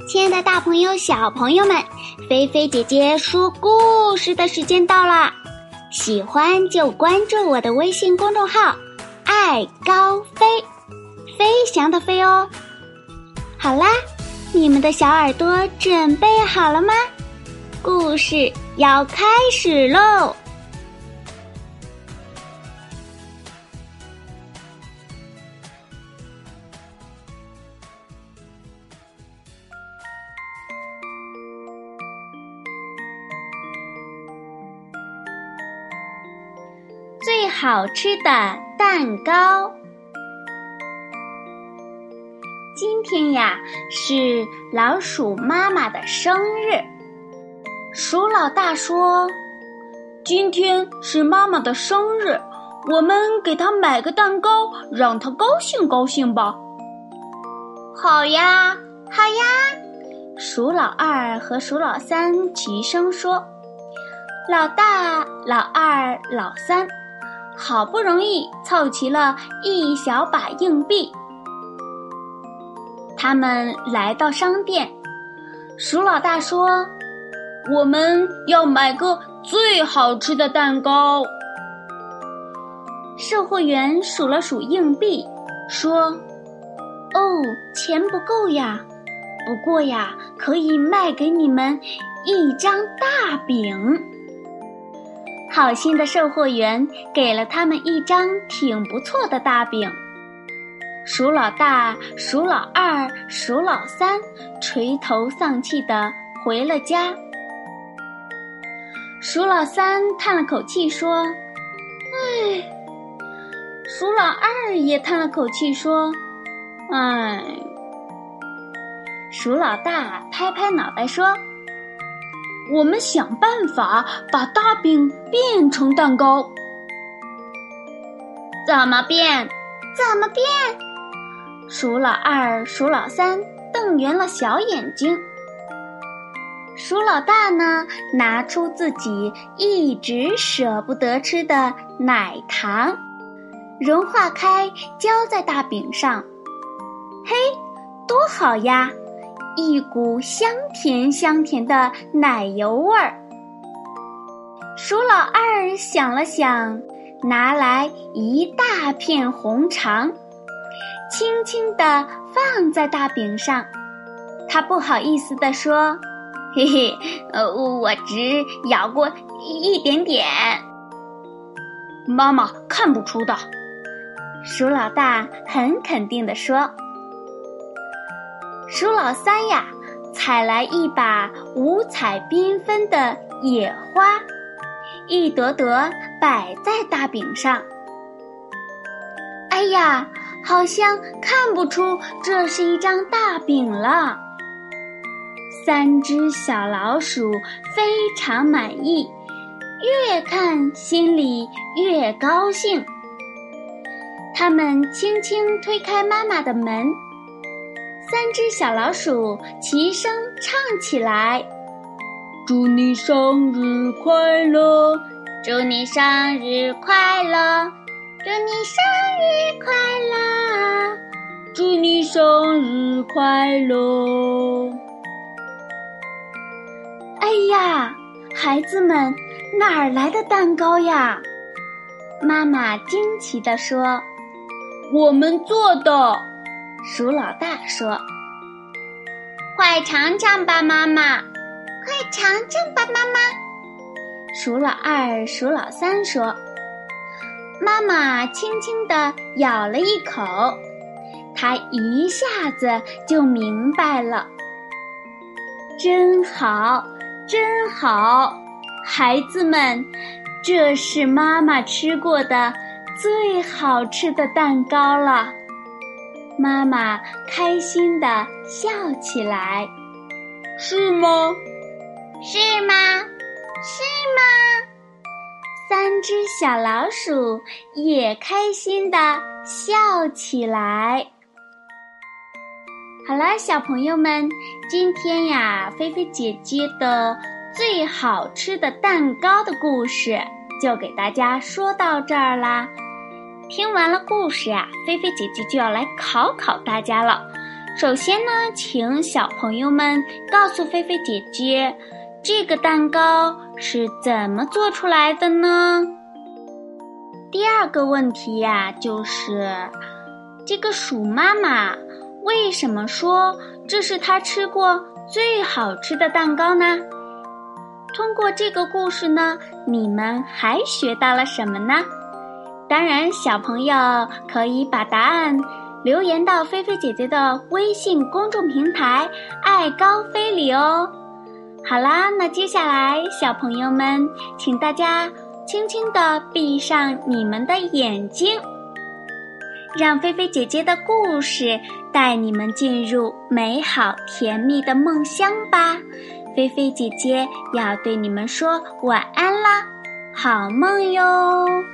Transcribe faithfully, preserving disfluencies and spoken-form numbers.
亲爱的大朋友小朋友们，菲菲姐姐说故事的时间到了，喜欢就关注我的微信公众号爱高飞，飞翔的飞哦。好啦，你们的小耳朵准备好了吗？故事要开始喽！最好吃的蛋糕。今天呀，是老鼠妈妈的生日。鼠老大说， 今天是妈妈的生日，我们给她买个蛋糕，让她高兴高兴吧。 好呀，好呀。鼠老二和鼠老三齐声说。老大、老二、老三好不容易凑齐了一小把硬币，他们来到商店。鼠老大说， 我们要买个最好吃的蛋糕。 售货员数了数硬币，说，哦，钱不够呀，不过呀，可以卖给你们一张大饼。好心的售货员给了他们一张挺不错的大饼。鼠老大、鼠老二、鼠老三垂头丧气地回了家。鼠老三叹了口气说，唉。鼠老二也叹了口气说，唉。鼠老大拍拍脑袋说， 我们想办法把大饼变成蛋糕。 怎么变？怎么变？鼠老二、鼠老三瞪圆了小眼睛。鼠老大呢，拿出自己一直舍不得吃的奶糖，融化开，浇在大饼上。嘿，多好呀！一股香甜香甜的奶油味儿。鼠老二想了想，拿来一大片红肠，轻轻地放在大饼上。他不好意思地说，嘿嘿，呃，我只咬过一点点。 妈妈看不出的。 鼠老大很肯定地说。鼠老三呀，采来一把五彩缤纷的野花，一朵朵摆在大饼上。哎呀，好像看不出这是一张大饼了。三只小老鼠非常满意，越看心里越高兴。它们轻轻推开妈妈的门，三只小老鼠齐声唱起来， 祝你生日快乐， 祝你生日快乐，祝你生日快乐， 祝你生日快乐。 哎呀，孩子们，哪儿来的蛋糕呀？妈妈惊奇地说， 我们做的。 鼠老大说，快尝尝吧，妈妈，快尝尝吧，妈妈。鼠老二、鼠老三说。妈妈轻轻地咬了一口，她一下子就明白了。真好，真好，孩子们，这是妈妈吃过的最好吃的蛋糕了。妈妈开心地笑起来。 是吗？ 是吗？是吗？三只小老鼠也开心地笑起来。好了，小朋友们，今天呀，菲菲姐姐的最好吃的蛋糕的故事就给大家说到这儿啦。听完了故事呀，菲菲姐姐就要来考考大家了。 首先呢，请小朋友们告诉菲菲姐姐，这个蛋糕是怎么做出来的呢？第二个问题呀，就是这个鼠妈妈为什么说这是她吃过最好吃的蛋糕呢？通过这个故事呢，你们还学到了什么呢？当然，小朋友可以把答案留言到菲菲姐姐的微信公众平台爱高飞里哦。好啦，那接下来小朋友们，请大家轻轻地闭上你们的眼睛，让菲菲姐姐的故事带你们进入美好甜蜜的梦乡吧。菲菲姐姐要对你们说晚安啦，好梦哟。